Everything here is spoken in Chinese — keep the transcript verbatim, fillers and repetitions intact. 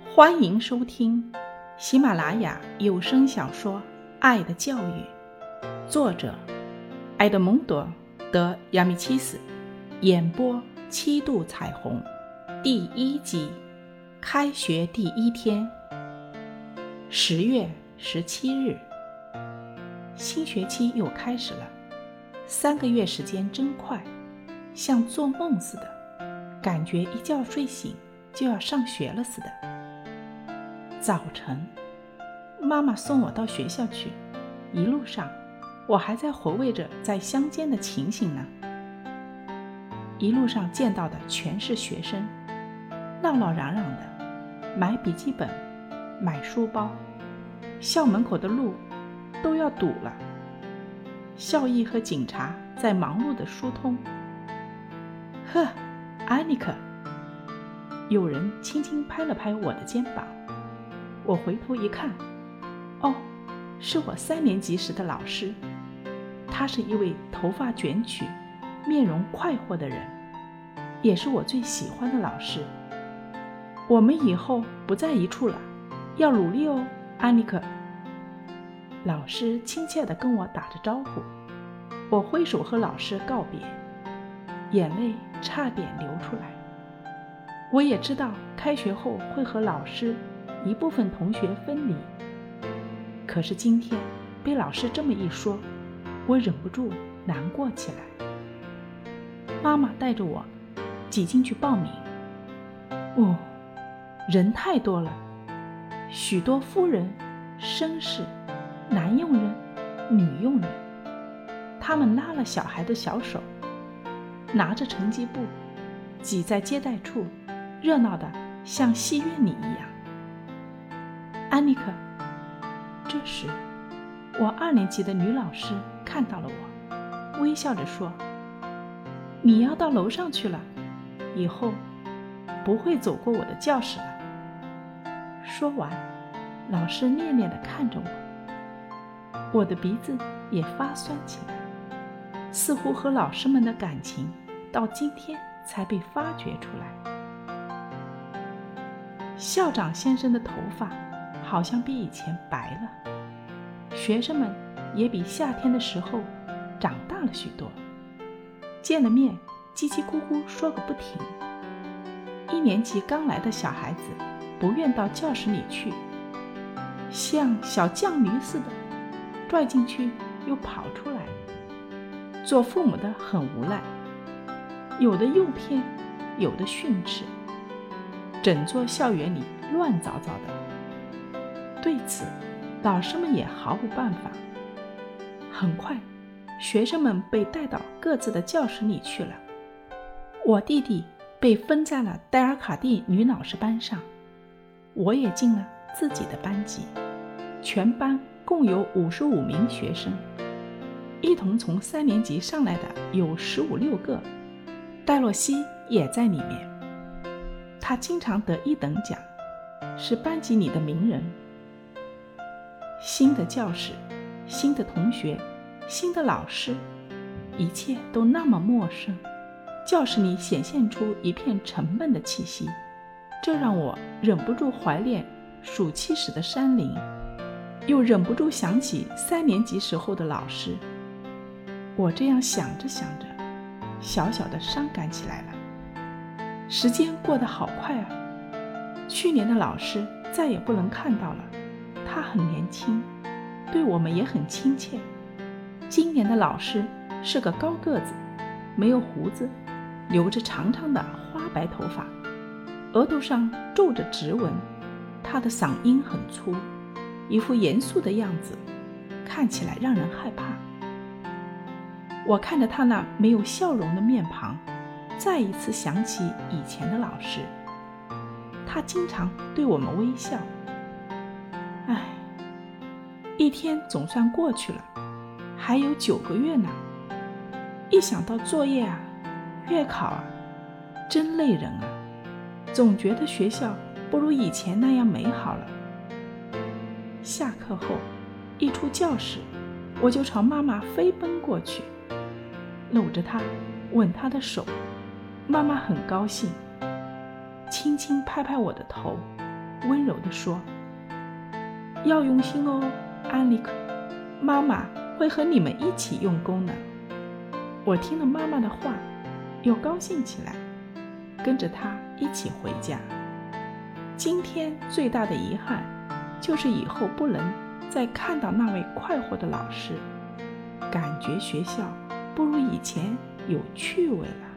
欢迎收听喜马拉雅有声小说《爱的教育》，作者埃德蒙多·德亚米契斯，演播七度彩虹，第一集，开学第一天，十月十七日，新学期又开始了，三个月时间真快，像做梦似的，感觉一觉睡醒就要上学了似的。早晨，妈妈送我到学校去，一路上我还在回味着在乡间的情形呢。一路上见到的全是学生，闹闹嚷嚷的，买笔记本，买书包，校门口的路都要堵了。校医和警察在忙碌地疏通。呵，安妮可，有人轻轻拍了拍我的肩膀。我回头一看，哦，是我三年级时的老师。他是一位头发卷曲、面容快活的人，也是我最喜欢的老师。我们以后不在一处了，要努力哦，安妮可。老师亲切地跟我打着招呼，我挥手和老师告别，眼泪差点流出来。我也知道开学后会和老师一部分同学分离，可是今天被老师这么一说，我忍不住难过起来。妈妈带着我挤进去报名。哦，人太多了，许多夫人、绅士、男佣人、女佣人，他们拉了小孩的小手，拿着成绩簿，挤在接待处，热闹的像戏院里一样。安妮可，这时我二年级的女老师看到了我，微笑着说：“你要到楼上去了，以后不会走过我的教室了。”说完，老师恋恋地看着我，我的鼻子也发酸起来，似乎和老师们的感情到今天才被发掘出来。校长先生的头发好像比以前白了，学生们也比夏天的时候长大了许多，见了面叽叽咕咕说个不停。一年级刚来的小孩子不愿到教室里去，像小犟驴似的，拽进去又跑出来。做父母的很无奈，有的诱骗，有的训斥，整座校园里乱糟糟的。对此，老师们也毫无办法。很快，学生们被带到各自的教室里去了。我弟弟被分在了戴尔卡蒂女老师班上，我也进了自己的班级。全班共有五十五名学生，一同从三年级上来的有十五六个，戴洛西也在里面。他经常得一等奖，是班级里的名人。新的教室，新的同学，新的老师，一切都那么陌生。教室里显现出一片沉闷的气息，这让我忍不住怀念暑期时的山林，又忍不住想起三年级时候的老师。我这样想着想着，小小的伤感起来了。时间过得好快啊！去年的老师再也不能看到了，他很年轻，对我们也很亲切。今年的老师是个高个子，没有胡子，留着长长的花白头发，额头上皱着直纹。他的嗓音很粗，一副严肃的样子，看起来让人害怕。我看着他那没有笑容的面庞，再一次想起以前的老师。他经常对我们微笑。唉，一天总算过去了，还有九个月呢。一想到作业啊，月考啊，真累人啊，总觉得学校不如以前那样美好了。下课后，一出教室，我就朝妈妈飞奔过去，搂着她，吻她的手。妈妈很高兴，轻轻拍拍我的头， 温柔地说：要用心哦，安利克，妈妈会和你们一起用功的。我听了妈妈的话，又高兴起来，跟着她一起回家。今天最大的遗憾，就是以后不能再看到那位快活的老师，感觉学校不如以前有趣味了。